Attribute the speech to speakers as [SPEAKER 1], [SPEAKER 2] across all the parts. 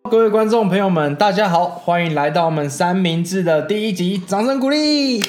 [SPEAKER 1] 各位观众朋友们，大家好，欢迎来到我们三明治的第一集，掌声鼓励！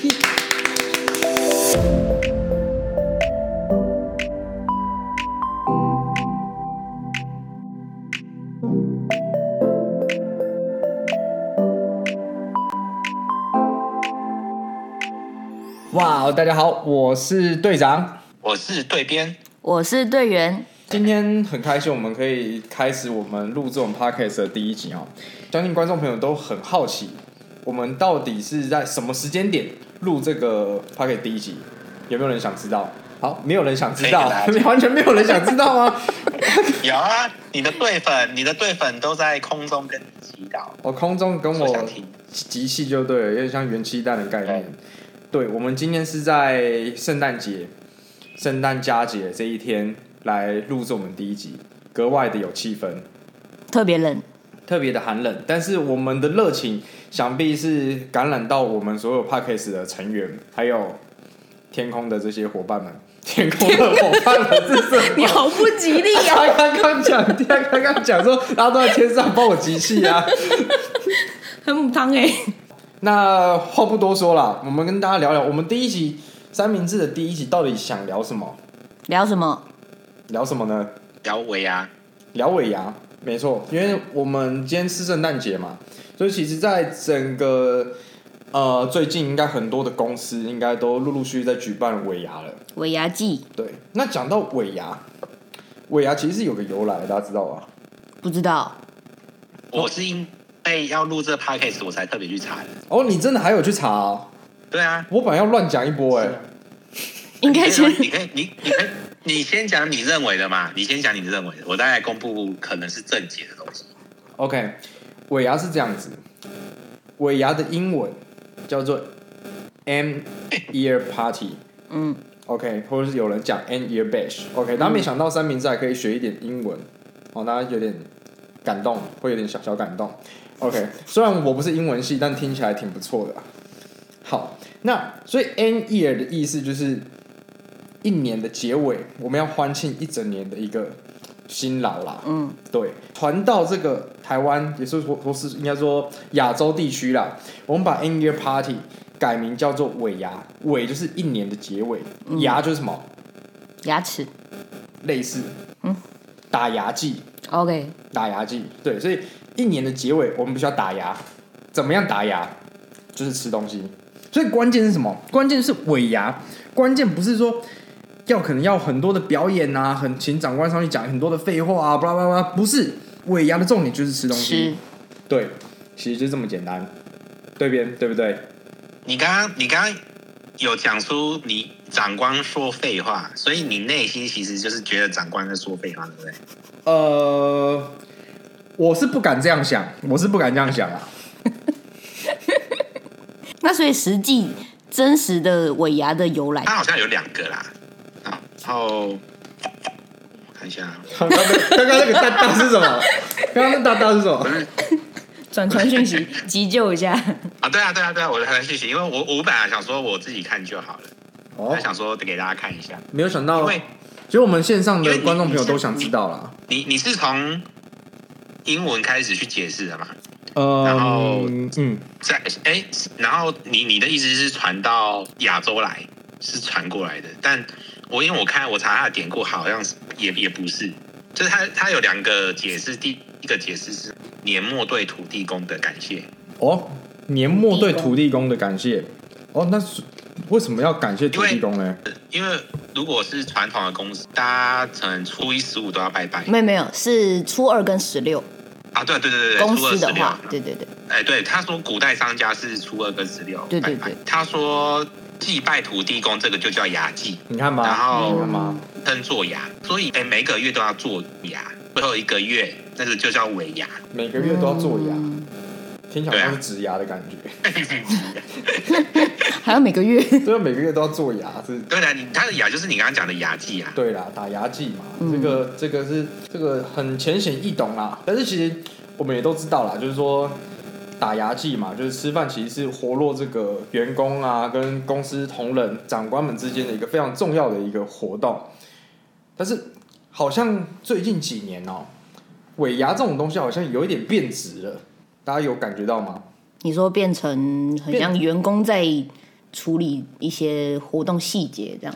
[SPEAKER 1] 哇，大家好，我是队长，
[SPEAKER 2] 我是队编，
[SPEAKER 3] 我是队员。
[SPEAKER 1] 今天很开心，我们可以开始我们录这种 podcast 的第一集哦。相信观众朋友都很好奇，我们到底是在什么时间点录这个 podcast 第一集？有没有人想知道？好，没有人想知道，完全没有人想知道吗？
[SPEAKER 2] 有啊，你的队粉都在空中跟你祈祷。
[SPEAKER 1] 我空中跟我集气就对了，有点像元气弹的概念。对，我们今天是在圣诞节、圣诞佳节这一天来录制我们第一集，格外的有气氛，
[SPEAKER 3] 特别冷，
[SPEAKER 1] 特别的寒冷，但是我们的热情想必是感染到我们所有 Podcast 的成员，还有天空的这些伙伴们。天空的伙伴们是什么？
[SPEAKER 3] 你好不吉利啊！
[SPEAKER 1] 他刚刚讲说，大家都在天上帮我集气啊，
[SPEAKER 3] 很母汤哎。
[SPEAKER 1] 那话不多说了，我们跟大家聊聊我们第一集三明治的第一集到底想聊什么？
[SPEAKER 3] 聊什么？
[SPEAKER 1] 聊什么呢？
[SPEAKER 2] 聊尾牙，
[SPEAKER 1] 聊尾牙，没错，因为我们今天是圣诞节嘛，所以其实在整个最近应该很多的公司应该都陆陆续续在举办尾牙了。
[SPEAKER 3] 尾牙季？
[SPEAKER 1] 对，那讲到尾牙，尾牙其实是有个由来，大家知道吧？
[SPEAKER 3] 不知道。
[SPEAKER 2] 我是因为要录这 podcast 我才特别去查的。
[SPEAKER 1] 哦，你真的还有去查哦？
[SPEAKER 2] 对啊，
[SPEAKER 1] 我本来要乱讲一波哎。
[SPEAKER 3] 应该先，
[SPEAKER 2] 你先讲你认为的嘛，你先讲你认为的，我大概公布可能是正解的东西。
[SPEAKER 1] OK， 尾牙是这样子，尾牙的英文叫做 End Year Party， OK， 或者是有人讲 End Year Bash，OK， 大家没想到三明治还可以学一点英文，哦，大家有点感动，会有点小感动，OK， 虽然我不是英文系，但听起来挺不错的。好，那所以 End Year 的意思就是一年的结尾，我们要欢庆一整年的一个辛劳啦。对，传到这个台湾，也是说是应该说亚洲地区啦，我们把 End Year Party 改名叫做尾牙，尾就是一年的结尾，牙就是什么？
[SPEAKER 3] 牙齿。
[SPEAKER 1] 类似，打牙祭。
[SPEAKER 3] OK，
[SPEAKER 1] 打牙祭，对，所以一年的结尾我们必须要打牙，怎么样打牙？就是吃东西。所以关键是什么？关键是尾牙，关键不是说可能要很多的表演啊，请长官上去讲很多的废话啊，巴拉巴拉，不是，尾牙的重点就是吃东西。对，其实就这么简单，对不对？
[SPEAKER 2] 你刚刚有讲出你长官说废话，所以你内心其实就是觉得长官在说废话，对不对？
[SPEAKER 1] 我是不敢这样想，啊。
[SPEAKER 3] 那所以实际真实的尾牙的由来，
[SPEAKER 2] 它好像有2个啦。然后我看一下，
[SPEAKER 1] 刚刚那个大是什么？刚刚那大是什么？
[SPEAKER 3] 转传讯息急救一下
[SPEAKER 2] 啊！对啊，我传讯息，因为我本来想说我自己看就好了，我想说给大家看一下，
[SPEAKER 1] 没有想到，其实我们线上的观众朋友都想知道啦。
[SPEAKER 2] 你是从英文开始去解释的吗？然后然后你的意思是传到亚洲来，是传过来的，但因为我查他的典故，好像也不是，就是他有2个解释，第一个解释是年末对土地公的感谢。
[SPEAKER 1] 哦，年末对土地公的感谢。哦，那为什么要感谢土地公呢？
[SPEAKER 2] 因为如果是传统的公司，大家可能初一、15都要拜拜。
[SPEAKER 3] 没有，是初2跟16。
[SPEAKER 2] 啊，对，
[SPEAKER 3] 公司的话，对。
[SPEAKER 2] 对，他说古代商家是初2跟16拜拜。他说祭拜土地公这个就叫牙祭，
[SPEAKER 1] 你看吗？
[SPEAKER 2] 然后称做牙，所以每个月都要做牙，最后1个月那个就叫尾牙，
[SPEAKER 1] 每个月都要做牙，听起来像是植牙的感觉。
[SPEAKER 3] 还要每个月？
[SPEAKER 1] 对，每个月都要做牙，
[SPEAKER 2] 对啦，他的牙就是你刚刚讲的牙祭啊。
[SPEAKER 1] 对啦，打牙祭嘛，这个很浅显易懂啦。但是其实我们也都知道啦，就是说打牙祭嘛，就是吃饭其实是活络这个员工啊跟公司同仁长官们之间的一个非常重要的一个活动。但是好像最近几年尾牙这种东西好像有一点变质了，大家有感觉到吗？
[SPEAKER 3] 你说变成很像员工在处理一些活动细节这样？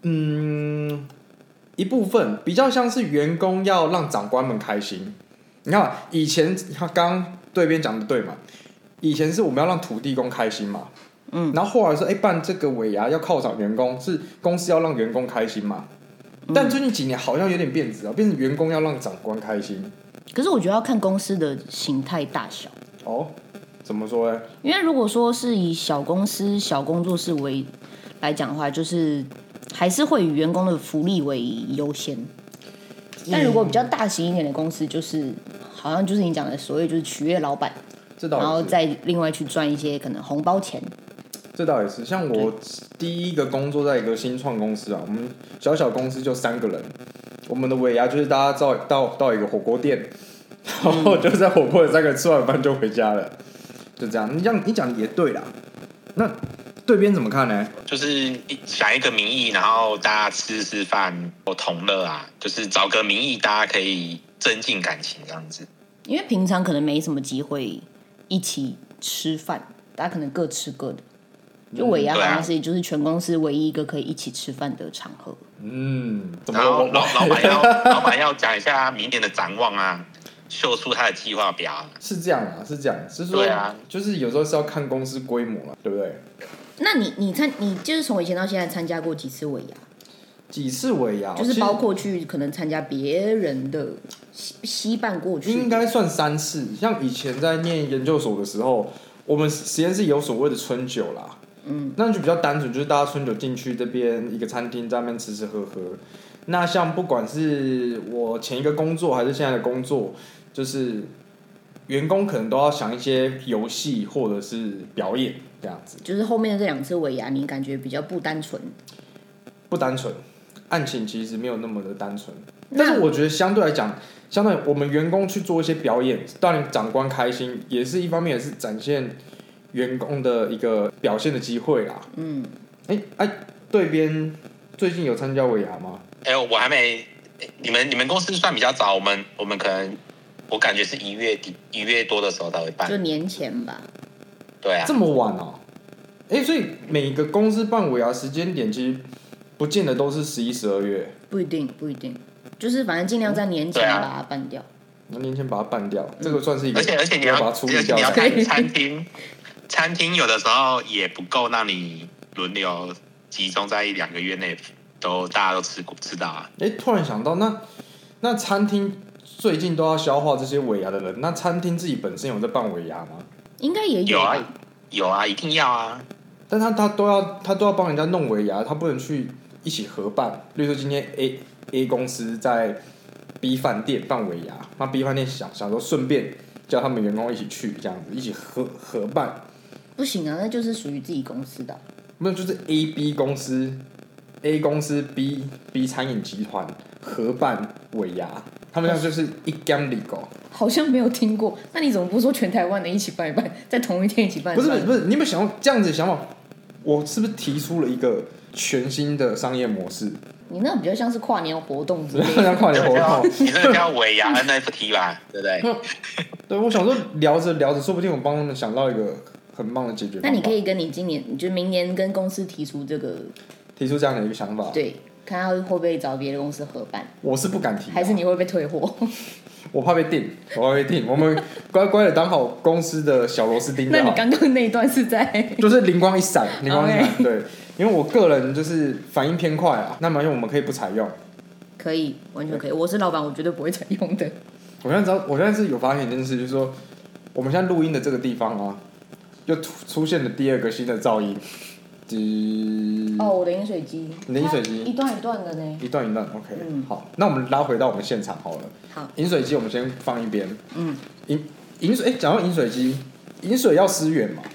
[SPEAKER 1] 一部分比较像是员工要让长官们开心。你看，以前他刚对边讲的对嘛？以前是我们要让土地公开心嘛，然后后来说，办这个尾牙要犒赏员工，是公司要让员工开心嘛。但最近几年好像有点变质啊，变成员工要让长官开心。
[SPEAKER 3] 可是我觉得要看公司的形态大小。
[SPEAKER 1] 哦，怎么说呢？
[SPEAKER 3] 因为如果说是以小公司、小工作室来讲的话，就是还是会以员工的福利为优先。但如果比较大型一点的公司，就是好像就是你讲的所谓就是取悦老板，然后再另外去赚一些可能红包钱。
[SPEAKER 1] 这倒也是，像我第一个工作在一个新创公司啊，我们小公司就3个人，我们的尾牙就是大家到一个火锅店，然后就在火锅的3个人吃完饭就回家了，就这样。你讲也对啦，那对边怎么看呢？
[SPEAKER 2] 就是想一个名义，然后大家吃饭或同乐啊，就是找个名义，大家可以增进感情这样子。
[SPEAKER 3] 因为平常可能没什么机会一起吃饭，大家可能各吃各的。就尾牙好像是就是全公司唯一一个可以一起吃饭的场合。
[SPEAKER 2] 然后老板要讲一下明年的展望啊，秀出他的计划表啊。
[SPEAKER 1] 是这样啊，是这样，是说，就是有时候是要看公司规模了，对不对？
[SPEAKER 3] 那你就是从以前到现在参加过几次尾牙？
[SPEAKER 1] 几次尾牙，
[SPEAKER 3] 就是包括去可能参加别人的稀办过去，
[SPEAKER 1] 应该算3次。像以前在念研究所的时候，我们实验室有所谓的春酒啦。那就比较单纯，就是大家春酒进去这边一个餐厅，在那边吃喝喝。那像不管是我前一个工作还是现在的工作，就是员工可能都要想一些游戏或者是表演这样子。
[SPEAKER 3] 就是后面的这2次尾牙，你感觉比较不单纯？
[SPEAKER 1] 不单纯，案情其实没有那么的单纯。但是我觉得相对来讲，我们员工去做一些表演，让长官开心，也是一方面，也是展现员工的一个表现的机会啦。对边最近有参加尾牙吗？
[SPEAKER 2] 我还没。你们公司算比较早，我们可能我感觉是1月底1月多的时候才会办，
[SPEAKER 3] 就年前吧。
[SPEAKER 2] 对啊，
[SPEAKER 1] 这么晚哦。所以每个公司办尾牙时间点其实不见得都是11、12月。
[SPEAKER 3] 不一定，就是反正尽量在年前把它办掉。
[SPEAKER 1] 年前把它办掉，这个算是一个。
[SPEAKER 2] 而且你要
[SPEAKER 1] 把它处理掉。
[SPEAKER 2] 你要看餐厅，餐厅有的时候也不够让你轮流集中在1-2个月内大家都吃到啊。
[SPEAKER 1] 突然想到，那餐厅最近都要消化这些尾牙的人，那餐厅自己本身有在办尾牙吗？
[SPEAKER 3] 应该也有啊，
[SPEAKER 2] 有啊，一定要啊。
[SPEAKER 1] 但他都要帮人家弄尾牙，他不能去一起合办。例如说今天 A 公司在 B 饭店办尾牙，那 B 饭店想说顺便叫他们员工一起去，这样子一起合办。
[SPEAKER 3] 不行啊，那就是属于自己公司的。
[SPEAKER 1] 没有，就是 A 公司 B 餐饮集团合办尾牙，他们这样就是一干里狗。
[SPEAKER 3] 好像没有听过，那你怎么不说全台湾的一起办一办，在同一天一起办？
[SPEAKER 1] 不是，你有没有想过这样子的想法？我是不是提出了一个全新的商业模式？
[SPEAKER 3] 你那比较像是跨年活动之类的，
[SPEAKER 1] 像跨年活动，
[SPEAKER 2] 你那个叫尾牙 NFT 吧，对不对？
[SPEAKER 1] 对，我想说聊着，说不定我帮他们想到一个很棒的解决方法。
[SPEAKER 3] 那你可以跟你今年，就明年跟公司提出这
[SPEAKER 1] 样的一个想法，
[SPEAKER 3] 对，看他会不会找别的公司合办。
[SPEAKER 1] 我是不敢提，
[SPEAKER 3] 还是你会被退货？
[SPEAKER 1] 我怕被定，我们乖乖的当好公司的小螺丝钉就好。
[SPEAKER 3] 那你刚刚那一段是在？
[SPEAKER 1] 就是灵光一闪，对，因为我个人就是反应偏快啊，那么我们可以不采用。
[SPEAKER 3] 可以，完全可以。我是老板，我绝对不会采用的。
[SPEAKER 1] 我现在是有发现一件事，就是说我们现在录音的这个地方啊，又出现了第2个新的噪音。
[SPEAKER 3] 我的饮水机。
[SPEAKER 1] 你的饮水机
[SPEAKER 3] 一段一段的呢？
[SPEAKER 1] 一段 OK，好，那我们拉回到我们现场好了。
[SPEAKER 3] 好，
[SPEAKER 1] 饮水机我们先放一边。饮水，讲到饮水机，饮水要思源嘛，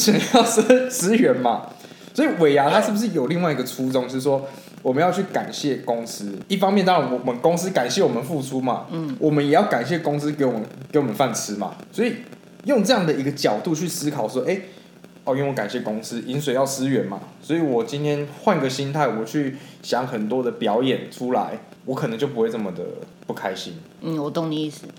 [SPEAKER 1] 所以尾牙它是不是有另外一个初衷，是说我们要去感谢公司？一方面当然我们公司感谢我们付出嘛，我们也要感谢公司给我们饭吃嘛，所以用这样的一个角度去思考说，因为我感谢公司，饮水要思源嘛，所以我今天换个心态，我去想很多的表演出来，我可能就不会这么的不开心。
[SPEAKER 3] 我懂你意思。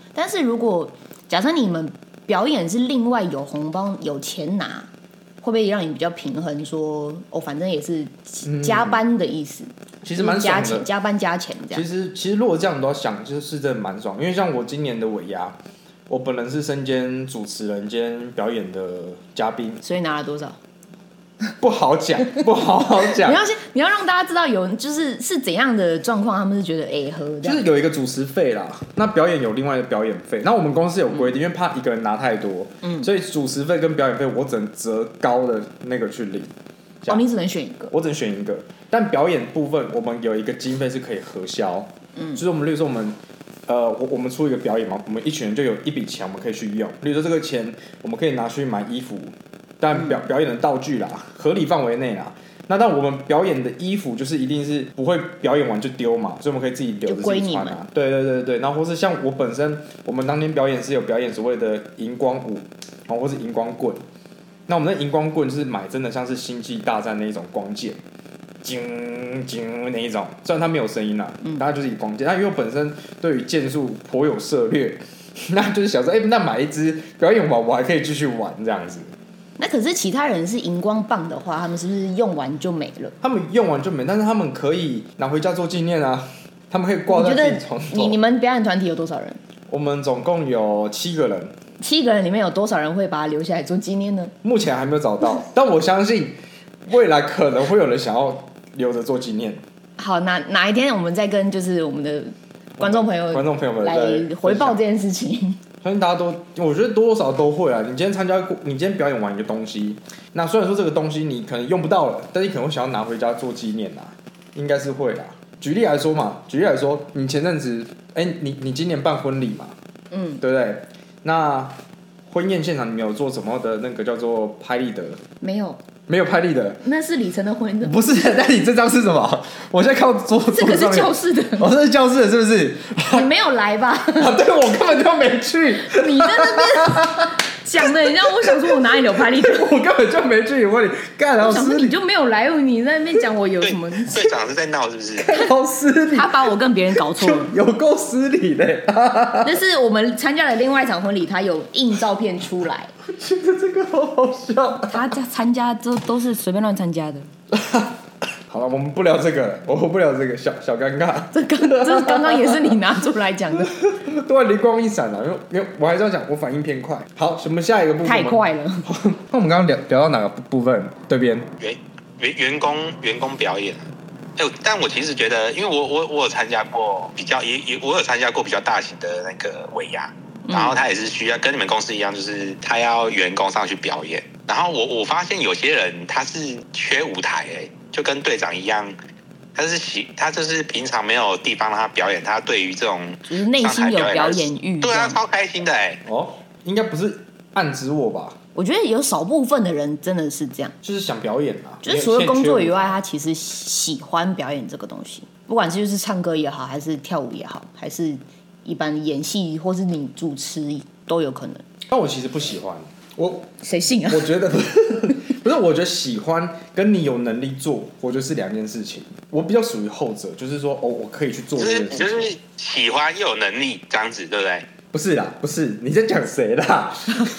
[SPEAKER 3] 但是如果假设你们表演是另外有红包有钱拿，会不会让你比较平衡说反正也是加班的意思，
[SPEAKER 1] 其实蛮爽的，
[SPEAKER 3] 加班加钱这样。
[SPEAKER 1] 其实如果这样都要想，就是真的蛮爽，因为像我今年的尾牙，我本人是身兼主持人兼表演的嘉宾，
[SPEAKER 3] 所以拿了多少？
[SPEAKER 1] 不好讲，不好讲。
[SPEAKER 3] 你要让大家知道就是怎样的状况，他们是觉得
[SPEAKER 1] 就是有一个主持费啦，那表演有另外的表演费。那我们公司有规定，因为怕一个人拿太多，所以主持费跟表演费我只能择高的那个去领。
[SPEAKER 3] 你只能选一个，
[SPEAKER 1] 我只能选一个。但表演部分，我们有一个经费是可以核销，就是我们例如说我们出一个表演嘛，我们一群人就有一笔钱我们可以去用，例如说这个钱我们可以拿去买衣服。但表演的道具啦，合理范围内啦。那但我们表演的衣服就是一定是不会表演完就丢嘛，所以我们可以自己留着自己穿啊。对，然后或是像我本身，我们当天表演是有表演所谓的荧光舞，或是荧光棍。那我们的荧光棍是买真的像是星际大战那一种光剑，晶晶那一种，虽然它没有声音啦，大概就是以光剑。那因为我本身对于剑术颇有涉略，那就是想说，那买一支表演完我还可以继续玩这样子。
[SPEAKER 3] 那可是其他人是荧光棒的话，他们是不是用完就没了？
[SPEAKER 1] 他们用完就没，但是他们可以拿回家做纪念啊。他们可以挂在自己床头。
[SPEAKER 3] 你们表演团体有多少人？
[SPEAKER 1] 我们总共有7个人。
[SPEAKER 3] 7个人里面有多少人会把它留下来做纪念呢？
[SPEAKER 1] 目前还没有找到，但我相信未来可能会有人想要留着做纪念。
[SPEAKER 3] 好，哪一天我们再跟就是我们的观众朋友
[SPEAKER 1] 们
[SPEAKER 3] 来回报这件事情。
[SPEAKER 1] 相信大家都，我觉得多多少少都会啊。你今天表演完一个东西，那虽然说这个东西你可能用不到了，但是你可能会想要拿回家做纪念啦，应该是会啦。举例来说，你前阵子，你今年办婚礼嘛，对不对？那婚宴现场你有做什么的那个叫做拍立得？没有拍立得，
[SPEAKER 3] 那是李晨的婚的。
[SPEAKER 1] 不是，那你这张是什么？我现在看到桌
[SPEAKER 3] 这个是教室的，
[SPEAKER 1] 这是教室的，是不是？
[SPEAKER 3] 你没有来吧？
[SPEAKER 1] 对，我根本就没去。
[SPEAKER 3] 你在那边讲的，你让我想说，我哪里有拍立得？
[SPEAKER 1] 我根本就没去，我干老师，
[SPEAKER 3] 你就没有来，你在那边讲我有什么？
[SPEAKER 2] 队长是在闹是不是？
[SPEAKER 1] 好失礼，
[SPEAKER 3] 他把我跟别人搞错了，
[SPEAKER 1] 有够失礼的。
[SPEAKER 3] 那是我们参加的另外一场婚礼，他有印照片出来。
[SPEAKER 1] 觉得这个好好笑。
[SPEAKER 3] 他参加都是随便乱参加的。
[SPEAKER 1] 好了，我们不聊这个，小尴尬。这
[SPEAKER 3] 刚刚也是你拿出来讲的。
[SPEAKER 1] 突然灵光一闪了，因为我还是要讲，我反应偏快。好，我们下一个部分。
[SPEAKER 3] 太快了。
[SPEAKER 1] 那我们刚刚聊到哪个部分？对边。
[SPEAKER 2] 员工表演。但我其实觉得，因为我有参加过我有参加过比较大型的那个尾牙。然后他也是需要跟你们公司一样，就是他要员工上去表演。然后我发现有些人他是缺舞台，就跟队长一样，他就是平常没有地方让他表演，他对于这种
[SPEAKER 3] 就是内心有表演欲，
[SPEAKER 2] 对啊，超开心的
[SPEAKER 1] 应该不是暗指我吧？
[SPEAKER 3] 我觉得有少部分的人真的是这样，
[SPEAKER 1] 就是想表演啊，
[SPEAKER 3] 就是除了工作以外，他其实喜欢表演这个东西，不管是就是唱歌也好，还是跳舞也好，还是一般演戏或是你主持都有可能。
[SPEAKER 1] 但我其实不喜欢，
[SPEAKER 3] 谁信啊？
[SPEAKER 1] 我觉得不是，我觉得喜欢跟你有能力做，我觉得是2件事情。我比较属于后者，就是说我可以去做这件事情，
[SPEAKER 2] 就是喜欢又有能力这样子，对不对？
[SPEAKER 1] 不是啦，不是，你在讲谁啦？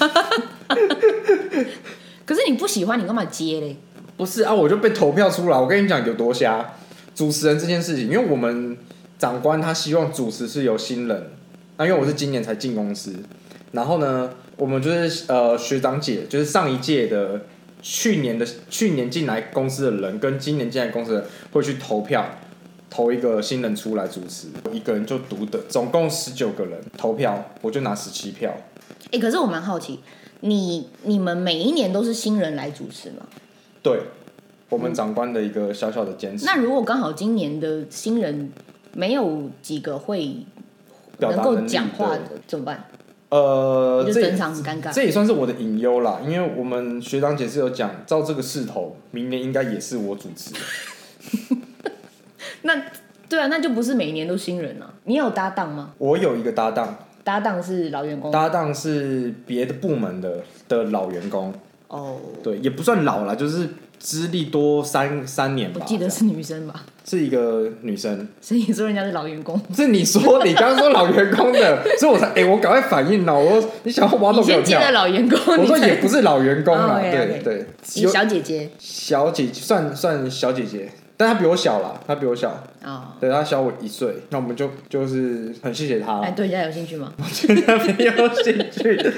[SPEAKER 3] 可是你不喜欢，你干嘛接嘞？
[SPEAKER 1] 不是啊，我就被投票出来。我跟你讲有多瞎，主持人这件事情，因为我们长官他希望主持是由新人，那因为我是今年才进公司，然后呢，我们就是学长姐，就是上一届的去年进来公司的人跟今年进来公司的人会去投票，投一个新人出来主持，一个人就独得，总共19个人投票，我就拿17票。
[SPEAKER 3] 可是我蛮好奇，你们每一年都是新人来主持吗？
[SPEAKER 1] 对，我们长官的一个小小的坚持。
[SPEAKER 3] 那如果刚好今年的新人没有几个会能够讲话的，怎么办？就整场很尴尬。
[SPEAKER 1] 这也算是我的隐忧啦，因为我们学长姐是有讲，照这个势头，明年应该也是我主持的。
[SPEAKER 3] 那对啊，那就不是每年都新人啊。你有搭档吗？
[SPEAKER 1] 我有一个搭档。
[SPEAKER 3] 搭档是老员工。
[SPEAKER 1] 搭档是别的部门的老员工。
[SPEAKER 3] 哦，
[SPEAKER 1] 对，也不算老啦，就是资历多三年吧。
[SPEAKER 3] 我记得是女生吧？
[SPEAKER 1] 是一个女生。
[SPEAKER 3] 所以你说人家是老员工？
[SPEAKER 1] 是你刚刚说老员工的，所以我才我赶快反应了。你想要挖洞给我跳？你
[SPEAKER 3] 先记得老员工，
[SPEAKER 1] 我说也不是老员工啦，对，
[SPEAKER 3] 你小姐姐，
[SPEAKER 1] 算小姐姐。但他比我小啦，对，他小我1岁，那我们就是很谢谢他。
[SPEAKER 3] 哎，对人家有兴趣吗？
[SPEAKER 1] 我觉得没有兴趣。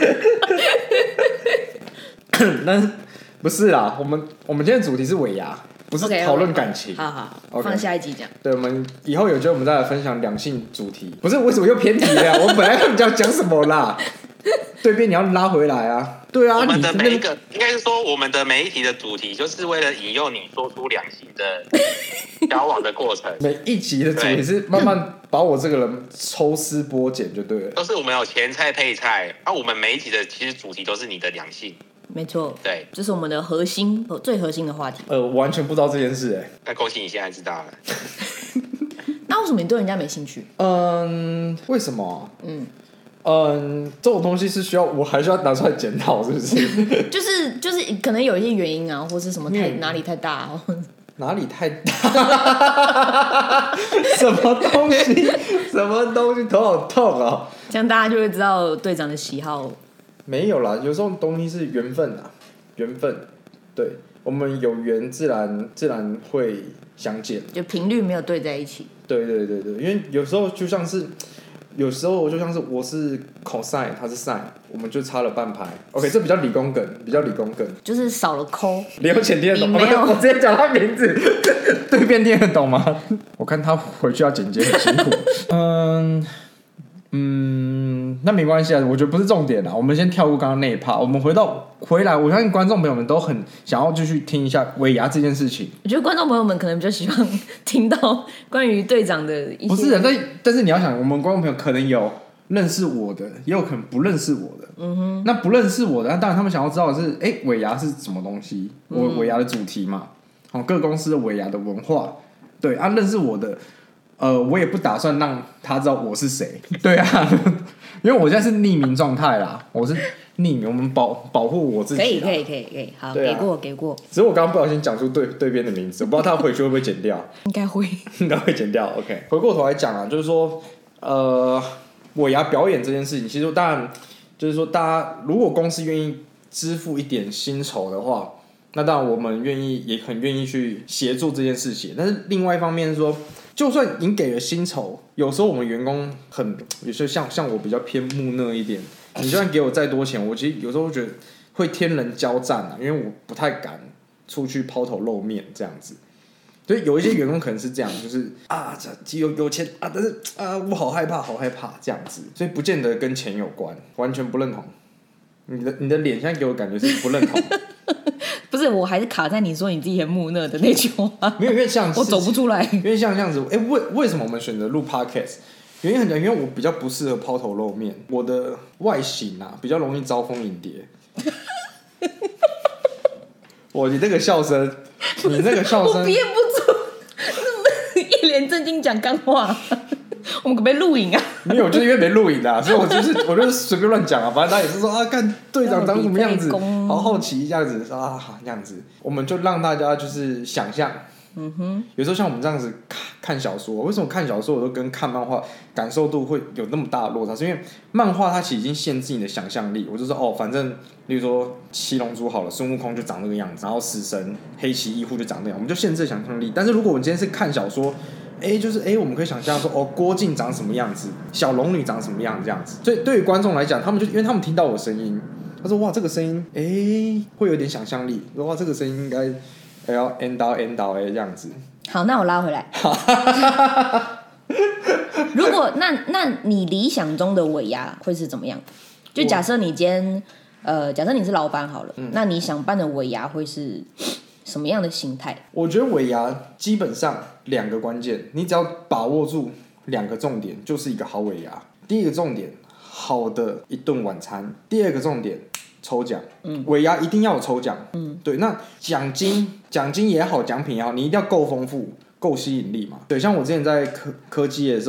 [SPEAKER 1] 但不是啦，我们今天的主题是尾牙，不是讨论感情。
[SPEAKER 3] 好，放下一集讲。
[SPEAKER 1] 对，我们以后有机会我们再来分享两性主题。不是为什么又偏题了？我本来要讲什么啦？对边你要拉回来啊！对啊，
[SPEAKER 2] 我们的每一个应该是说，我们的每一题的主题就是为了引诱你说出两性的交往的过程。
[SPEAKER 1] 每一集的主题是慢慢把我这个人抽丝剥茧就对了。
[SPEAKER 2] 都是我们有前菜配菜，我们每一集的其实主题都是你的两性。
[SPEAKER 3] 没错，
[SPEAKER 2] 对，
[SPEAKER 3] 这是我们的最核心的话题。
[SPEAKER 1] 我完全不知道这件事
[SPEAKER 2] 那恭喜你现在知道了。
[SPEAKER 3] 那为什么你对人家没兴趣？
[SPEAKER 1] 为什么？这种东西是需要我还需要拿出来检讨，是不是？
[SPEAKER 3] 就是可能有一些原因啊，或是什么哪里太大，
[SPEAKER 1] 哪里太大？什么东西？头好痛啊！
[SPEAKER 3] 这样大家就会知道队长的喜好。
[SPEAKER 1] 没有啦，有时候东西是缘分啊，缘分。对，我们有缘，自然会相见，
[SPEAKER 3] 就频率没有对在一起。
[SPEAKER 1] 对，因为有时候就像是我是 cosine， 他是 sin， 我们就差了半拍。OK， 这比较理工梗，
[SPEAKER 3] 就是少了抠。
[SPEAKER 1] 刘浅听得懂？
[SPEAKER 3] 没有，
[SPEAKER 1] 我直接讲他名字，对面听得懂吗？我看他回去要剪接很辛苦。那没关系啊，我觉得不是重点啦。我们先跳过刚刚那一 part， 我们回来，我相信观众朋友们都很想要继续听一下尾牙这件事情。
[SPEAKER 3] 我觉得观众朋友们可能比较喜欢听到关于队长的一些。
[SPEAKER 1] 不是的，但是你要想，我们观众朋友可能有认识我的，也有可能不认识我的。那不认识我的，那当然他们想要知道的是，尾牙是什么东西？尾牙的主题嘛，各公司的尾牙的文化。对啊，认识我的。我也不打算让他知道我是谁，对啊，因为我现在是匿名状态啦，我是匿名，我们保护我自己。可
[SPEAKER 3] 以，好，
[SPEAKER 1] 对啊，
[SPEAKER 3] 给过。
[SPEAKER 1] 只是我刚刚不小心讲出对边的名字，我不知道他回去会不会剪掉，
[SPEAKER 3] 应该会
[SPEAKER 1] 剪掉。OK， 回过头来讲啊，就是说，尾牙表演这件事情，其实当然就是说，大家如果公司愿意支付一点薪酬的话，那当然我们也很愿意去协助这件事情。但是另外一方面是说，就算你给了薪酬，有时候我们员工有时候像我比较偏木讷一点，你就算给我再多钱，我其实有时候觉得会天人交战啊，因为我不太敢出去抛头露面这样子。所以有一些员工可能是这样，就是有钱啊，但是我好害怕这样子，所以不见得跟钱有关，完全不认同。你的脸现在给我感觉是不认同。
[SPEAKER 3] 不是，我还是卡在你说你自己很木讷的那句话。
[SPEAKER 1] 没有，因为像
[SPEAKER 3] 我走不出来。
[SPEAKER 1] 因为像这样子，为什么我们选择录 podcast？ 原因很简单，因为我比较不适合抛头露面，我的外形啊比较容易招蜂引蝶。你那个笑声，我憋不住，
[SPEAKER 3] 一脸正经讲干话。我们可不可以录影啊？
[SPEAKER 1] 没有，就是因为没录影啊，所以我就是随便乱讲啊。反正他也是说看队长长什么样子，好好奇这样子这样子，我们就让大家就是想象。有时候像我们这样子看小说，为什么看小说我都跟看漫画感受度会有那么大的落差？是因为漫画它其实已经限制你的想象力。我就说反正例如说七龙珠好了，孙悟空就长那个样子，然后死神黑崎一护就长那样，我们就限制想象力。但是如果我们今天是看小说，我们可以想象说郭靖长什么样子，小龙女长什么样子这样子。所以对于观众来讲，他们就因为他们听到我声音，他说哇这个声音会有点想象力，说哇这个声音应该要 end 到这样子。
[SPEAKER 3] 好，那我拉回来。如果那你理想中的尾牙会是怎么样？就假设你今天假设你是老板好了，那你想办的尾牙会是什么样的形态？我觉得尾牙基本上2个关键，你只要把握住2个重点，就是一个好尾牙。第一个重点，好的一顿晚餐；第二个重点，抽奖。尾牙一定要有抽奖。对，那奖金也好，奖品也好，你一定要够丰富、够吸引力嘛。对，像我之前在科技业的时候，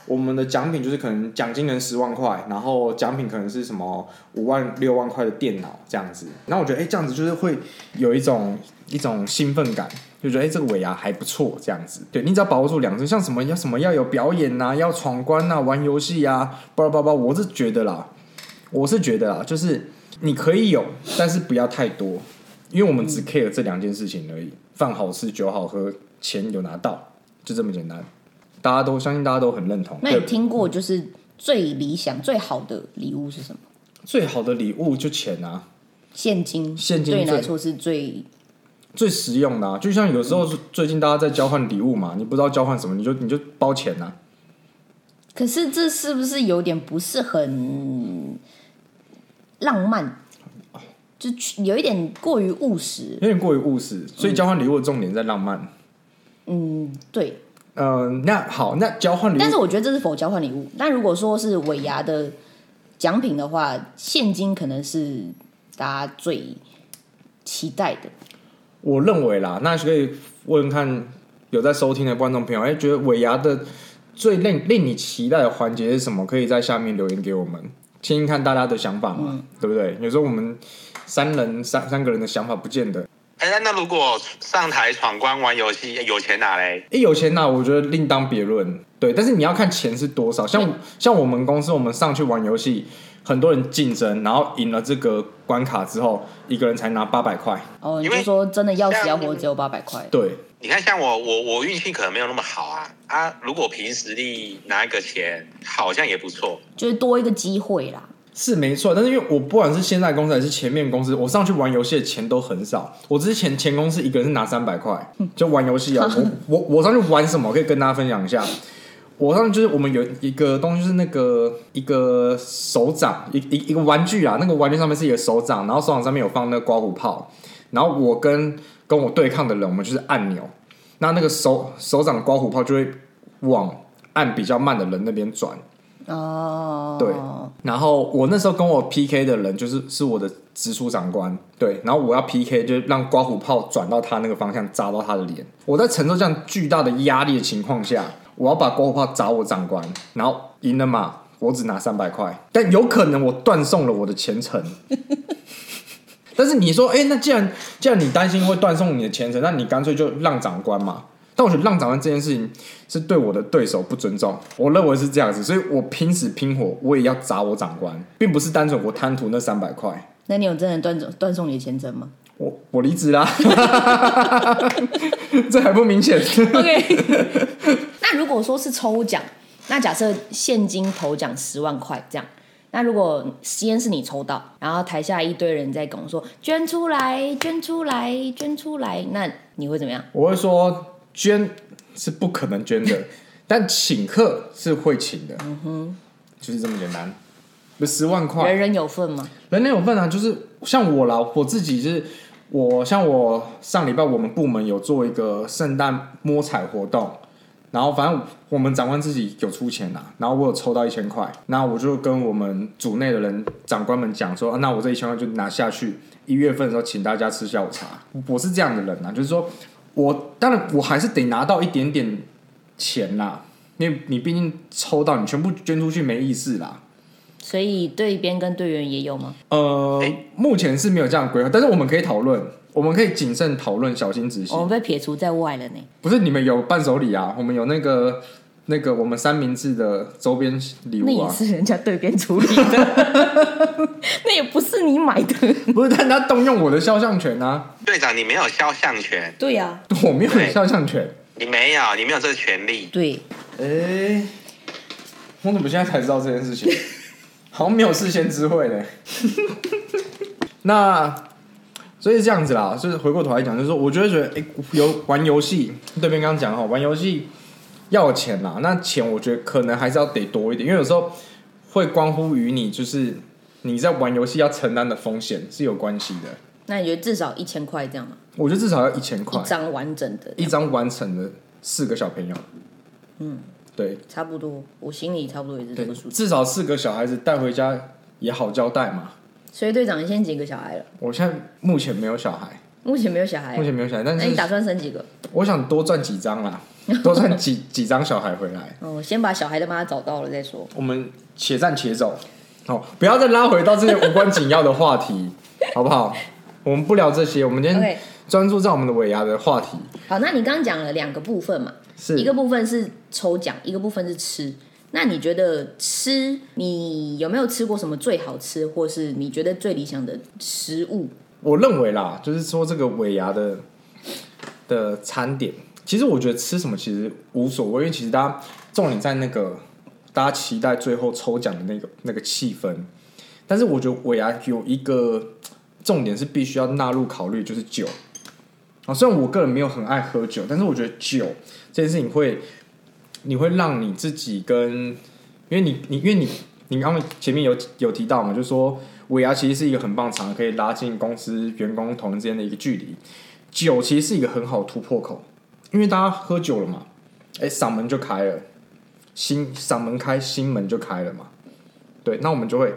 [SPEAKER 1] 我们的奖品就是可能奖金能10万块，然后奖品可能是什么5万6万块的电脑这样子。然后我觉得这样子就是会有一种兴奋感，就觉得这个尾牙还不错这样子。对，你只要把握住2次，像什么要有表演啊，要闯关啊，玩游戏啊，巴拉巴拉，我是觉得啦，就是你可以有，但是不要太多，因为我们只 care 这2件事情而已，饭好吃，酒好喝，钱有拿到，就这么简单。相信大家都很认同。
[SPEAKER 3] 那你听过就是最理想、最好的礼物是什么？
[SPEAKER 1] 最好的礼物就钱啊，
[SPEAKER 3] 现金对你来说是最
[SPEAKER 1] 实用的啊。就像有时候最近大家在交换礼物嘛，你不知道交换什么，你就包钱啊。
[SPEAKER 3] 可是这是不是有点不是很浪漫？就有一点过于务实，
[SPEAKER 1] 所以交换礼物的重点在浪漫。
[SPEAKER 3] 对。
[SPEAKER 1] 那好，那交换礼物，
[SPEAKER 3] 但是我觉得这是否交换礼物。但如果说是尾牙的奖品的话，现金可能是大家最期待的。我
[SPEAKER 1] 认为啦，那可以问看有在收听的观众朋友，觉得尾牙的最令你期待的环节是什么？可以在下面留言给我们，听听看大家的想法嘛，对不对？有时候我们三个人的想法不见得。
[SPEAKER 2] 那如果上台闯关玩游戏有钱拿嘞？
[SPEAKER 1] 有钱拿，我觉得另当别论。对，但是你要看钱是多少。像我们公司，我们上去玩游戏，很多人竞争，然后赢了这个关卡之后，一个人才拿800块。
[SPEAKER 3] 哦，你就说真的要死要活只有800块。
[SPEAKER 1] 对，
[SPEAKER 2] 你看像我运气可能没有那么好啊，如果凭实力拿一个钱，好像也不错，
[SPEAKER 3] 就是多一个机会啦。
[SPEAKER 1] 是没错，但是因为我不管是现在公司还是前面公司，我上去玩游戏的钱都很少。我之前前公司一个人是拿300块，就玩游戏啊。我上去玩什么，我可以跟大家分享一下。我上去就是我们有一个东西，就是一个手掌，一个玩具啊，那个玩具上面是一个手掌，然后手掌上面有放那个刮胡泡，然后我跟我对抗的人，我们就是按钮，那个手掌的刮胡泡就会往按比较慢的人那边转。对，然后我那时候跟我 PK 的人是我的直属长官，对，然后我要 PK 就让刮胡泡转到他那个方向，砸到他的脸。我在承受这样巨大的压力的情况下，我要把刮胡泡砸我长官，然后赢了嘛，我只拿300块，但有可能我断送了我的前程。但是你说，那既然你担心会断送你的前程，那你干脆就让长官嘛。但我觉得让长官这件事情是对我的对手不尊重，我认为是这样子，所以我拼死拼活我也要砸我长官，并不是单纯我贪图那300块。
[SPEAKER 3] 那你有真的断送你的前程吗？
[SPEAKER 1] 我离职啦，这还不明显。
[SPEAKER 3] OK， 那如果说是抽奖，那假设现金头奖10万块这样，那如果今天是你抽到，然后台下一堆人在跟我说捐出来，捐出来，捐出来，那你会怎么样？
[SPEAKER 1] 我会说。捐是不可能捐的，但请客是会请的，就是这么简单。10万块，
[SPEAKER 3] 人人有份吗？
[SPEAKER 1] 人人有份啊，就是像我啦，我自己就是像我上礼拜我们部门有做一个圣诞摸彩活动，然后反正我们长官自己有出钱啦，然后我有抽到1000块，那我就跟我们组内的人长官们讲说，那我这1000块就拿下去，1月份的时候请大家吃下午茶。我是这样的人啊，就是说。当然我还是得拿到一点点钱啦，因为你毕竟抽到，你全部捐出去没意思啦。
[SPEAKER 3] 所以队编跟队员也有吗？
[SPEAKER 1] 目前是没有这样规划，但是我们可以讨论，我们可以谨慎讨论，小心执行。
[SPEAKER 3] 我们被撇除在外了呢。
[SPEAKER 1] 不是，你们有伴手礼啊？我们有那个我们三明治的周边礼物啊，
[SPEAKER 3] 那也是人家队编处理的，那也不是你买的。
[SPEAKER 1] 不是，但他动用我的肖像权啊。
[SPEAKER 2] 队长，你没有肖像权。
[SPEAKER 3] 对呀，
[SPEAKER 1] 我没有肖像权。
[SPEAKER 2] 你没有这个权利。
[SPEAKER 3] 对。
[SPEAKER 1] 我怎么现在才知道这件事情？好像没有事先知会嘞。那所以这样子啦，就是回过头来讲，就是说，我觉得玩游戏，对面刚刚讲玩游戏。要有钱啦，那钱我觉得可能还是要得多一点，因为有时候会关乎于你，就是你在玩游戏要承担的风险是有关系的。
[SPEAKER 3] 那你觉得至少1000块这样吗？
[SPEAKER 1] 我觉得至少要1000块，
[SPEAKER 3] 一张完整的，
[SPEAKER 1] 一张完整的4个小朋友。对，
[SPEAKER 3] 差不多，我心里差不多也是这个数字。
[SPEAKER 1] 至少4个小孩子带回家也好交代嘛。
[SPEAKER 3] 所以队长，你现在几个小孩了？
[SPEAKER 1] 我现在目前没有小孩。
[SPEAKER 3] 目前没有小孩，
[SPEAKER 1] 目前没有小孩，但是
[SPEAKER 3] 那你打算生几个？
[SPEAKER 1] 我想多赚几张啦，多赚几张小孩回来。
[SPEAKER 3] 先把小孩的妈找到了再说。
[SPEAKER 1] 我们且战且走，不要再拉回到这些无关紧要的话题，好不好？我们不聊这些，我们今天专注在我们的尾牙的话题。
[SPEAKER 3] 好，那你刚刚讲了2个部分嘛，一个部分是抽奖，一个部分是吃。那你觉得吃，你有没有吃过什么最好吃，或是你觉得最理想的食物？我
[SPEAKER 1] 认为啦，就是说这个尾牙的餐点，其实我觉得吃什么其实无所谓，因为其实大家重点在那个大家期待最后抽奖的那个气氛。但是我觉得尾牙有一个重点是必须要纳入考虑，就是酒。虽然我个人没有很爱喝酒，但是我觉得酒这件事情你会让你自己因为你刚刚前面有提到嘛，就是说尾牙其实是一个很棒的场合，可以拉近公司员工同仁之间的一个距离。酒其实是一个很好的突破口，因为大家喝酒了嘛，嗓门就开了，嗓门开，心门就开了嘛。对，那我们就我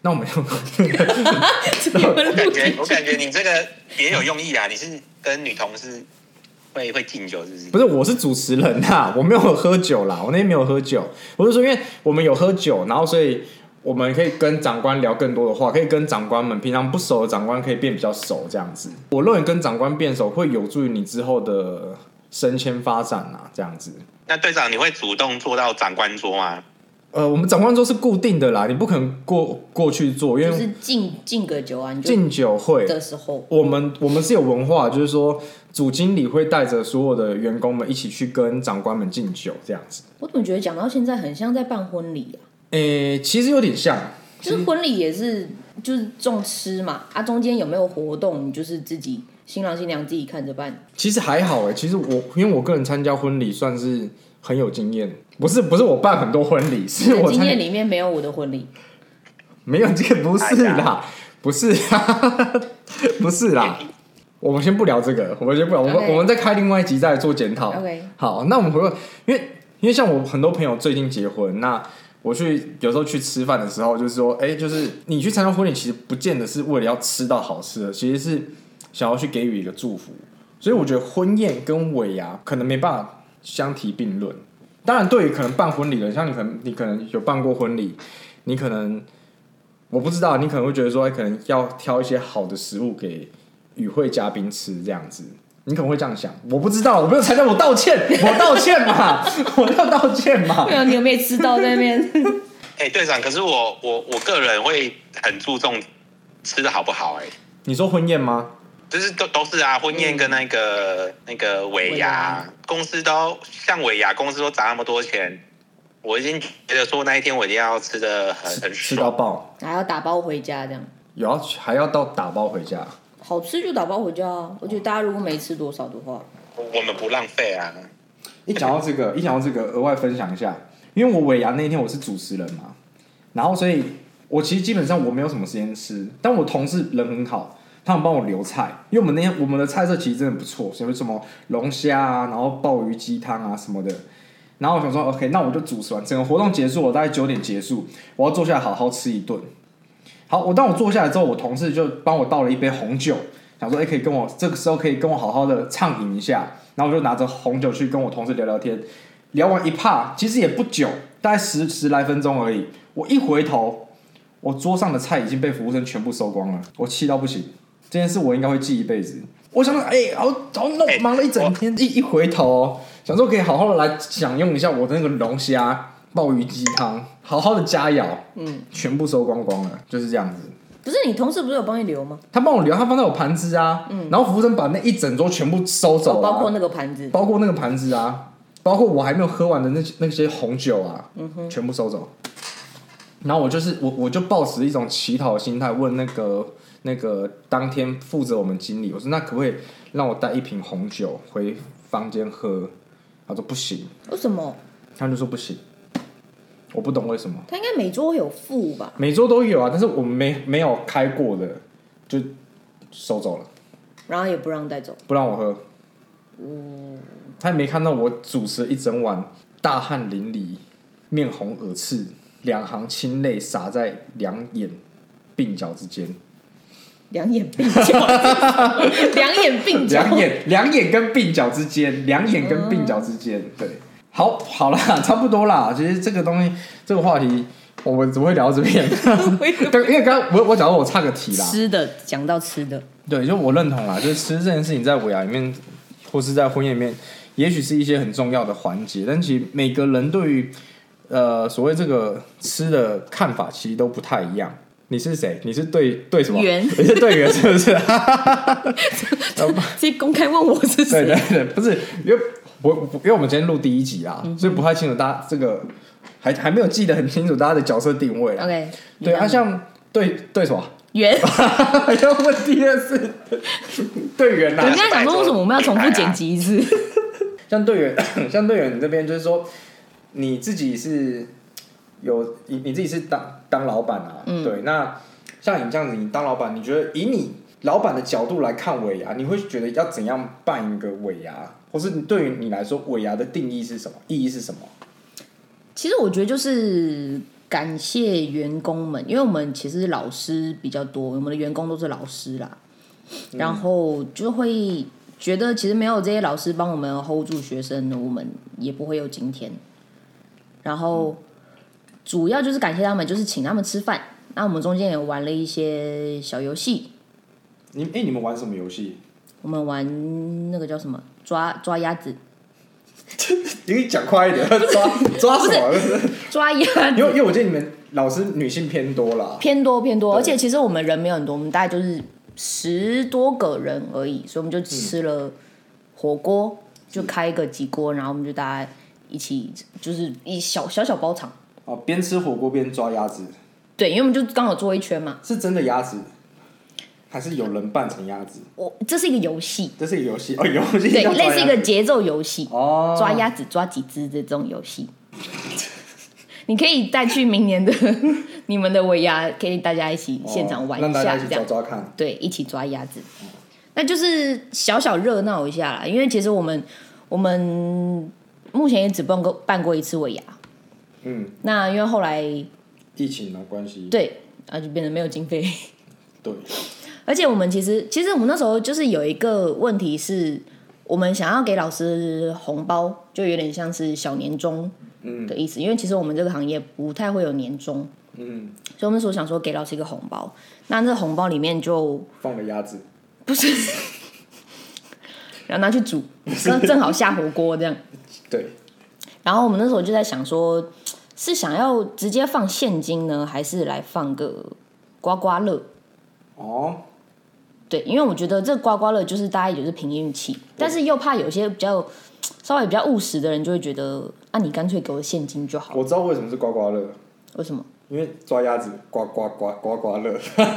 [SPEAKER 2] 感觉你这个别有用意啊！你是跟女同事会敬酒，是不是？
[SPEAKER 1] 不是，我是主持人啦，我没有喝酒啦，我那天没有喝酒。我是说，因为我们有喝酒，然后所以我们可以跟长官聊更多的话，可以跟长官们平常不熟的长官可以变比较熟，这样子。我认为跟长官变熟会有助于你之后的升迁发展啊，这样子。
[SPEAKER 2] 那队长，你会主动坐到长官桌吗？
[SPEAKER 1] 我们长官桌是固定的啦，你不可能过去做，因为
[SPEAKER 3] 就是敬个酒啊，你就
[SPEAKER 1] 敬酒会
[SPEAKER 3] 的时候，
[SPEAKER 1] 我们是有文化，就是说主经理会带着所有的员工们一起去跟长官们敬酒，这样子。
[SPEAKER 3] 我怎么觉得讲到现在很像在办婚礼啊？
[SPEAKER 1] 其实有点像，
[SPEAKER 3] 就是婚礼也是就是重吃嘛，中间有没有活动，你就是自己新郎新娘自己看着办。
[SPEAKER 1] 其实还好其实因为我个人参加婚礼算是很有经验，不是我办很多婚礼，是我
[SPEAKER 3] 经验里面没有我的婚礼，
[SPEAKER 1] 没有这个不是啦，不是啦，不是啦。我们先不聊这个，我们再开另外一集再来做检讨。
[SPEAKER 3] Okay.
[SPEAKER 1] 好，那我们回过，因为像我很多朋友最近结婚，那我有时候去吃饭的时候，就是说，就是你去参加婚礼，其实不见得是为了要吃到好吃的，其实是想要去给予一个祝福。所以我觉得婚宴跟尾牙可能没办法相提并论。当然，对于可能办婚礼的，像你可能有办过婚礼，你可能我不知道，你可能会觉得说，可能要挑一些好的食物给与会嘉宾吃，这样子，你可能会这样想。我不知道，我没有参加，我道歉嘛，我要道歉嘛。
[SPEAKER 3] 你有没有吃到在那边？
[SPEAKER 2] 队长，可是我个人会很注重吃的好不好。
[SPEAKER 1] 你说婚宴吗？
[SPEAKER 2] 就是都是啊，婚宴跟那个尾牙，公司都像尾牙公司都砸那么多钱，我已经觉得说那一天我一定要吃的很爽，
[SPEAKER 1] 吃到爆，
[SPEAKER 3] 还要打包回家这样。
[SPEAKER 1] 还要到打包回家，
[SPEAKER 3] 好吃就打包回家啊！我觉得大家如果没吃多少的话，
[SPEAKER 2] 我们不浪费啊。
[SPEAKER 1] 一讲到这个，额外分享一下，因为我尾牙那一天我是主持人嘛，然后所以我其实基本上我没有什么时间吃，但我同事人很好。他们帮我留菜，因为我们那天我们的菜色其实真的不错，有什么龙虾啊，然后鲍鱼鸡汤啊什么的。然后我想说 ，OK， 那我就主持完，整个活动结束，我大概9点结束，我要坐下来好好吃一顿。好，当我坐下来之后，我同事就帮我倒了一杯红酒，想说，这个时候可以跟我好好的畅饮一下。然后我就拿着红酒去跟我同事聊聊天，聊完一趴，其实也不久，大概十来分钟而已。我一回头，我桌上的菜已经被服务生全部收光了，我气到不行。这件事我应该会记一辈子。我想说，忙了一整天，一回头，想说可以好好的来享用一下我的那个龙虾鲍鱼鸡汤，好好的佳肴，全部收光光了，就是这样子。
[SPEAKER 3] 不是你同事不是有帮你留吗？
[SPEAKER 1] 他帮我留，他放在我盘子啊，然后服务生把那一整桌全部收走了，
[SPEAKER 3] 包括那个盘子，
[SPEAKER 1] 啊，包括我还没有喝完的那些红酒啊，全部收走。然后我就抱持一种乞讨的心态问那个当天负责我们经理，我说那可不可以让我带一瓶红酒回房间喝？他说不行。
[SPEAKER 3] 为什么？
[SPEAKER 1] 他就说不行，我不懂为什么。
[SPEAKER 3] 他应该每桌有付吧？
[SPEAKER 1] 每桌都有啊，但是我们没有开过的就收走了，
[SPEAKER 3] 然后也不让带走，
[SPEAKER 1] 不让我喝。他也没看到我主持了一整晚，大汗淋漓，面红耳赤，2行清泪洒在两眼鬓角之间。
[SPEAKER 3] 两眼并角，两眼并角，
[SPEAKER 1] 两眼跟鬓角之间，对，好啦，差不多啦。其实这个东西，这个话题，我们怎么会聊到这边？因为刚刚我讲到我岔个题啦，
[SPEAKER 3] 吃的讲到吃的，
[SPEAKER 1] 对，就我认同啦，就是吃这件事情在尾牙里面，或是在婚宴里面，也许是一些很重要的环节，但其实每个人对于所谓这个吃的看法，其实都不太一样。你是谁？你是对什么？
[SPEAKER 3] 圆？
[SPEAKER 1] 你是队员是不是？
[SPEAKER 3] 直接公开问我是谁？
[SPEAKER 1] 对，不是，因为我们今天录第1集啦，所以不太清楚大家这个还没有记得很清楚大家的角色定位啦。
[SPEAKER 3] OK，
[SPEAKER 1] 对啊，像对什么？
[SPEAKER 3] 圆。
[SPEAKER 1] 要问第2次队员啦。
[SPEAKER 3] 我刚才想说，为什么我们要重复剪辑一次？
[SPEAKER 1] 像队员这边就是说，你自己是你自己是当老板啊，对，那像你这样子，你当老板，你觉得以你老板的角度来看尾牙，你会觉得要怎样办一个尾牙，或是对于你来说，尾牙的定义是什么？意义是什么？
[SPEAKER 3] 其实我觉得就是感谢员工们，因为我们其实老师比较多，我们的员工都是老师啦，然后就会觉得其实没有这些老师帮我们 hold 住学生，我们也不会有今天。然后主要就是感谢他们，就是请他们吃饭。那我们中间也玩了一些小游戏。
[SPEAKER 1] 你们玩什么游戏？
[SPEAKER 3] 我们玩那个叫什么抓鸭子。
[SPEAKER 1] 你可以讲快一点，抓什么？
[SPEAKER 3] 抓鸭子。
[SPEAKER 1] 因为我记得你们老师女性偏多啦，
[SPEAKER 3] 偏多，而且其实我们人没有很多，我们大概就是10多个人而已，所以我们就吃了火锅，就开个几锅，然后我们就大家一起就是一小包场。
[SPEAKER 1] 哦，边吃火锅边抓鸭子。对，
[SPEAKER 3] 因为我们就刚好坐一圈嘛。
[SPEAKER 1] 是真的鸭子，还是有人扮成鸭子？
[SPEAKER 3] 这是一个游戏。
[SPEAKER 1] 这是一个游戏哦，游戏
[SPEAKER 3] 对，类似一个节奏游戏
[SPEAKER 1] 哦，
[SPEAKER 3] 抓鸭子抓几只这种游戏。你可以带去明年的你们的尾牙，可以大家一起现场玩一下，
[SPEAKER 1] 让大家一起抓看。
[SPEAKER 3] 对，一起抓鸭子，那就是小热闹一下啦。因为其实我们目前也只办过1次尾牙。那因为后来
[SPEAKER 1] 疫情的关系，
[SPEAKER 3] 对，就变得没有经费。
[SPEAKER 1] 对，
[SPEAKER 3] 而且我们其实我们那时候就是有一个问题是，我们想要给老师红包，就有点像是小年终的意思。因为其实我们这个行业不太会有年终，所以我们那时候想说给老师一个红包。那这红包里面就放
[SPEAKER 1] 了鸭子，
[SPEAKER 3] 不是，然后拿去煮，正好下火锅这样。
[SPEAKER 1] 对。
[SPEAKER 3] 然后我们那时候就在想说，是想要直接放现金呢，还是来放个刮刮乐？哦，对，因为我觉得这刮刮乐就是大家也是凭运气，但是又怕有些稍微比较务实的人就会觉得，你干脆给我现金就好。
[SPEAKER 1] 我知道为什么是刮刮乐。
[SPEAKER 3] 为什么？
[SPEAKER 1] 因为抓鸭子刮刮乐。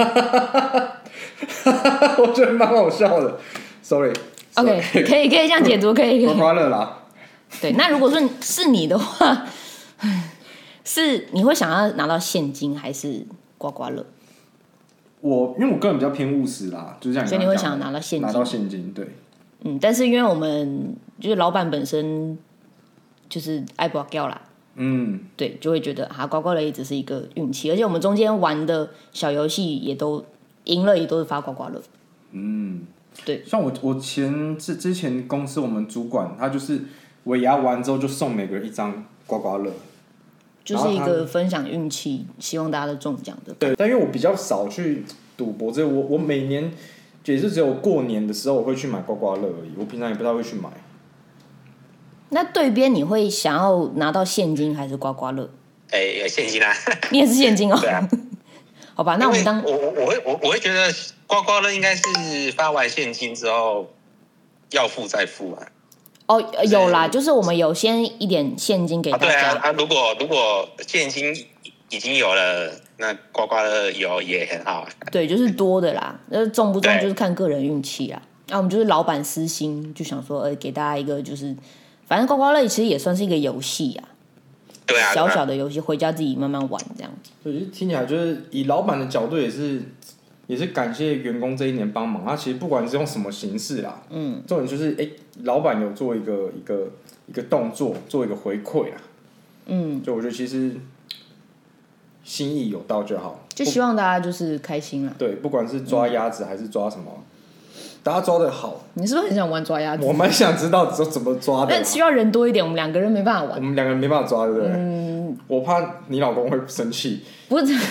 [SPEAKER 1] 我觉得蛮好笑的。Sorry。
[SPEAKER 3] OK， 可以这样解读，可以。
[SPEAKER 1] 刮刮乐啦。
[SPEAKER 3] 对，那如果说是你的话，是你会想要拿到现金还是刮刮乐？
[SPEAKER 1] 因为我个人比较偏务实啦，就是这样。
[SPEAKER 3] 所以你会想要拿到现金？
[SPEAKER 1] 拿到现金，对。
[SPEAKER 3] 但是因为我们就是老板本身就是爱刮掉啦，对，就会觉得刮刮乐也只是一个运气，而且我们中间玩的小游戏也都赢了，也都是发刮刮乐。对。
[SPEAKER 1] 像我之前公司我们主管他就是尾牙完之后就送每个人一张刮刮乐。
[SPEAKER 3] 就是一个分享运气，希望大家都中奖的。
[SPEAKER 1] 对，但因为我比较少去赌博，这我每年也是只有过年的时候我会去买刮刮乐而已，我平常也不太会去买。
[SPEAKER 3] 那对边你会想要拿到现金还是刮刮乐？
[SPEAKER 2] 现金啊。
[SPEAKER 3] 你也是现金哦。
[SPEAKER 2] 对啊。
[SPEAKER 3] 好吧，那我们
[SPEAKER 2] 我会觉得刮刮乐应该是发完现金之后要付再付啊。
[SPEAKER 3] 有啦，就是我们有先一点现金给大家。
[SPEAKER 2] 对啊，如果现金已经有了，那刮刮乐有也很好。
[SPEAKER 3] 对，就是多的啦，中不中就是看个人运气啦。那我们就是老板私心，就想说，给大家一个就是，反正刮刮乐其实也算是一个游戏啊。
[SPEAKER 2] 对啊。
[SPEAKER 3] 小的游戏，回家自己慢慢玩这样子。
[SPEAKER 1] 对，听起来就是以老板的角度也是感谢员工这一年帮忙。他其实不管是用什么形式啦，重点就是老板有做一个动作，做一个回馈啦。就我觉得其实心意有到就好，
[SPEAKER 3] 就希望大家就是开心啦。
[SPEAKER 1] 对，不管是抓鸭子还是抓什么，大家抓的好。
[SPEAKER 3] 你是不是很想玩抓鸭子？
[SPEAKER 1] 我蛮想知道怎么抓的。
[SPEAKER 3] 但需要人多一点，我们2个人没办法玩。
[SPEAKER 1] 我们2个人没办法抓，对不对？我怕你老公会生气。
[SPEAKER 3] 不是。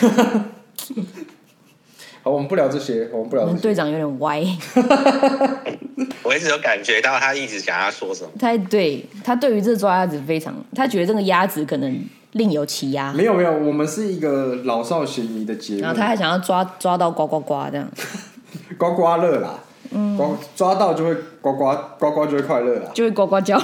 [SPEAKER 1] 好，我们不聊这些，我们
[SPEAKER 3] 队长有点歪。
[SPEAKER 2] 我一直有感觉到他一直想要说什么。他
[SPEAKER 3] 对于这抓鸭子非常，他觉得这个鸭子可能另有其鸭。
[SPEAKER 1] 没有，我们是一个老少咸宜的节目。
[SPEAKER 3] 然后他还想要抓到呱呱呱这样。
[SPEAKER 1] 呱呱乐啦，抓到就会呱呱就会快乐啦，
[SPEAKER 3] 就会呱呱叫。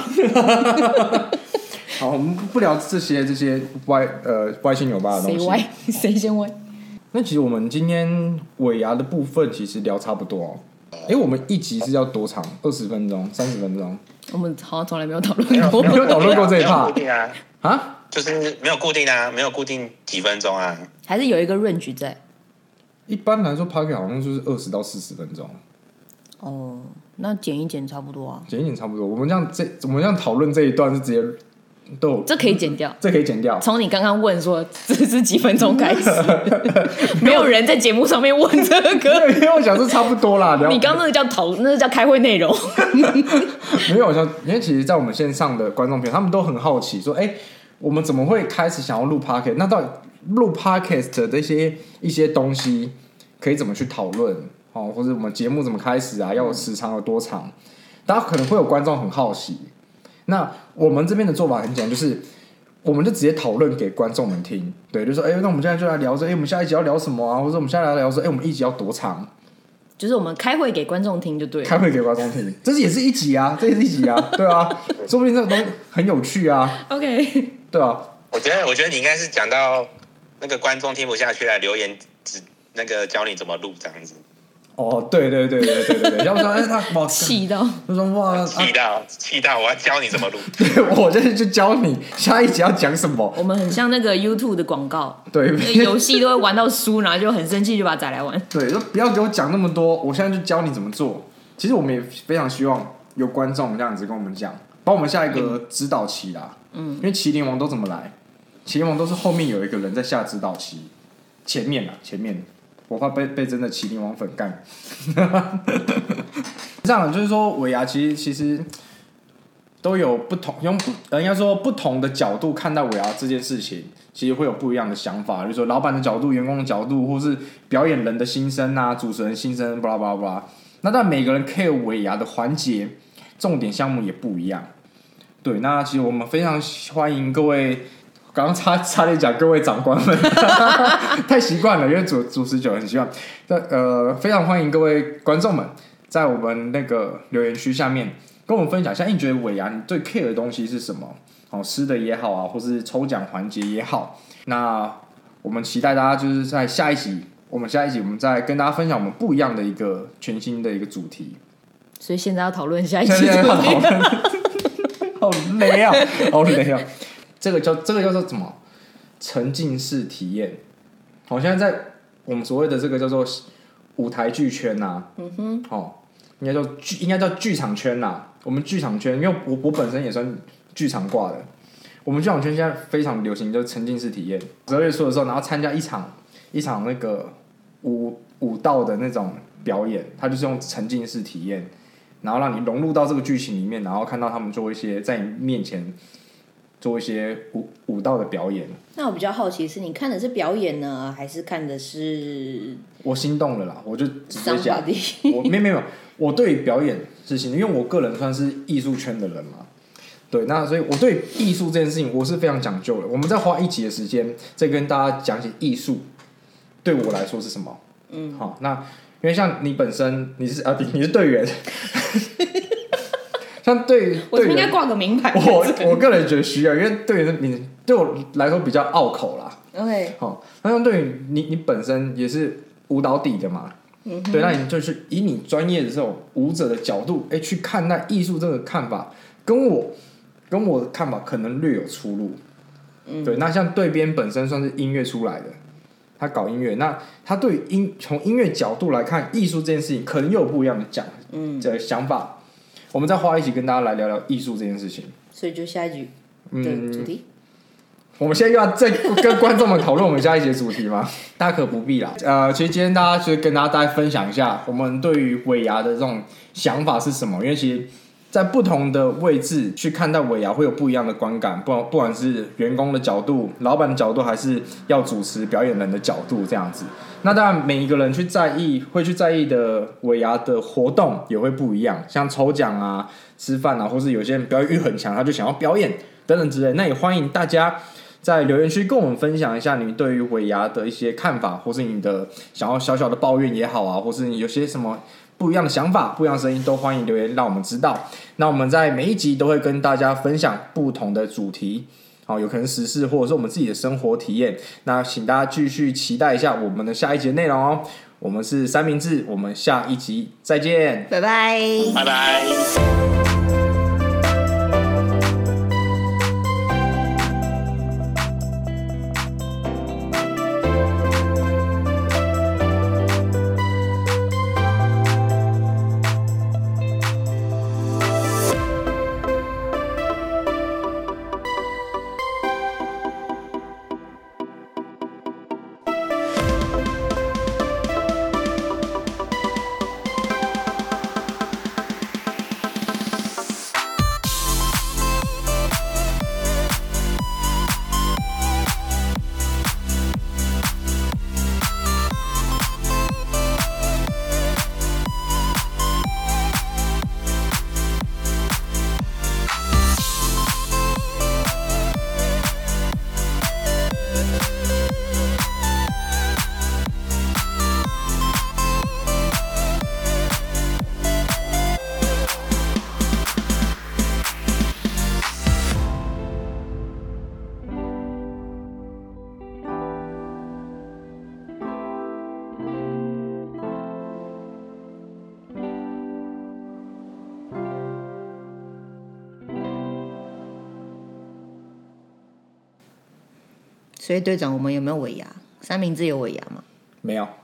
[SPEAKER 1] 好，我们不聊这些歪七扭八的东西。
[SPEAKER 3] 谁歪？谁先歪？
[SPEAKER 1] 那其实我们今天尾牙的部分其实聊差不多哦。我们一集是要多长？20分钟、30分钟？
[SPEAKER 3] 我们好像从来没有讨论过，
[SPEAKER 1] 没有讨论过这一 part
[SPEAKER 2] 啊？就是没有固定啊，没有固定几分钟啊，
[SPEAKER 3] 还是有一个 range 在。
[SPEAKER 1] 一般来说 ，Podcast 好像就是20到40分钟。
[SPEAKER 3] 哦，那剪一剪差不多啊。
[SPEAKER 1] 剪一剪差不多。我们这样讨论这一段是直接都
[SPEAKER 3] 这可以剪掉，
[SPEAKER 1] 这可以剪掉。
[SPEAKER 3] 从你刚刚问说这是几分钟开始，没有人在节目上面问这个，
[SPEAKER 1] 因为我想是差不多啦。
[SPEAKER 3] 你刚刚那个叫那个叫开会内容。
[SPEAKER 1] 没有，因为其实，在我们线上的观众朋友，他们都很好奇说，我们怎么会开始想要录 podcast？ 那到底录 podcast 的一些东西可以怎么去讨论？或者我们节目怎么开始啊？要有时长有多长？大家可能会有观众很好奇。那我们这边的做法很简单，就是我们就直接讨论给观众们听，对，就说那我们现在就来聊说，我们下一集要聊什么啊？或者我们现在来聊说，我们一集要多长？
[SPEAKER 3] 就是我们开会给观众听就对了。
[SPEAKER 1] 开会给观众听，这也是一集啊，对啊，说不定这个东西很有趣啊。
[SPEAKER 3] OK，
[SPEAKER 1] 对啊，
[SPEAKER 2] 我觉得你应该是讲到那个观众听不下去来留言，那个教你怎么录这样子。
[SPEAKER 1] 哦，对，要不说他哇
[SPEAKER 3] 气到，
[SPEAKER 1] 就说哇
[SPEAKER 2] 气到，我要教你怎么录。
[SPEAKER 1] 对，我就教你下一集要讲什么。
[SPEAKER 3] 我们很像那个 YouTube 的广告，
[SPEAKER 1] 对，
[SPEAKER 3] 游戏都会玩到输，然后就很生气，就把它载来玩。
[SPEAKER 1] 对，就不要给我讲那么多，我现在就教你怎么做。其实我们也非常希望有观众这样子跟我们讲，帮我们下一个指导棋啦。因为麒麟王都怎么来？麒麟王都是后面有一个人在下指导棋，前面。我怕被真的麒麟王粉干。这样就是说，尾牙其实都有不同，应该说不同的角度看待尾牙这件事情，其实会有不一样的想法。就是说，老板的角度、员工的角度，或是表演人的心声啊、主持人心声，巴拉巴拉巴拉。那但每个人 care 尾牙的环节、重点项目也不一样。对，那其实我们非常欢迎各位。刚刚差点讲各位长官们，太习惯了，因为主持久很习惯。非常欢迎各位观众们在我们那个留言区下面跟我们分享一下，你觉得尾牙你最 care 的东西是什么？吃的也好啊，或是抽奖环节也好。那我们期待大家就是在下一集我们再跟大家分享我们不一样的一个全新的一个主题。
[SPEAKER 3] 所以现在要讨论下一集主题，
[SPEAKER 1] 好累啊，好累啊。这个叫做什么？沉浸式体验。好，现在在我们所谓的这个叫做舞台剧圈呐，应该叫剧场圈呐。我们剧场圈，因为我本身也算剧场挂的，我们剧场圈现在非常流行，就是沉浸式体验。12月初的时候，然后参加一场那个舞蹈的那种表演，它就是用沉浸式体验，然后让你融入到这个剧情里面，然后看到他们做一些在你面前。做一些舞蹈的表演。
[SPEAKER 3] 那我比较好奇是，你看的是表演呢，还是看的是？我
[SPEAKER 1] 心动了啦，我就直接讲。我没有，我对表演是心动，因为我个人算是艺术圈的人嘛。对，那所以我对艺术这件事情我是非常讲究的。我们再花一集的时间，再跟大家讲解艺术对我来说是什么。好，那因为像你本身你是队员。像对
[SPEAKER 3] 我应该挂个名牌。
[SPEAKER 1] 我个人觉得需要，因为对我来说比较拗口啦。
[SPEAKER 3] OK，
[SPEAKER 1] 好，那像对于你本身也是舞蹈底的嘛，对，那你就是以你专业的这种舞者的角度，去看待艺术这个看法，跟我的看法可能略有出入。对，那像对边本身算是音乐出来的，他搞音乐，那他对从音乐角度来看艺术这件事情，可能又有不一样的想法。我们再花一起跟大家来聊聊艺术这件事情。
[SPEAKER 3] 所以就下一局的主题。
[SPEAKER 1] 我们现在又要再跟观众们讨论我们下一节主题吗？大可不必啦。其实今天大家就跟大家分享一下我们对于尾牙的这种想法是什么，因为其实在不同的位置去看待尾牙会有不一样的观感，不管是员工的角度、老板的角度，还是要主持表演人的角度这样子。那当然每一个人会去在意的尾牙的活动也会不一样，像抽奖啊、吃饭啊，或是有些人表演欲很强，他就想要表演等等之类。那也欢迎大家在留言区跟我们分享一下你们对于尾牙的一些看法，或是你的想要小小的抱怨也好啊，或是你有些什么不一样的想法、不一样的声音，都欢迎留言让我们知道。那我们在每一集都会跟大家分享不同的主题，有可能时事或者是我们自己的生活体验。那请大家继续期待一下我们的下一集的内容哦。我们是三明治，我们下一集再见，
[SPEAKER 3] 拜拜，
[SPEAKER 2] 拜拜。
[SPEAKER 3] 所以队长，我们有没有尾牙？三明治有尾牙吗？
[SPEAKER 1] 没有。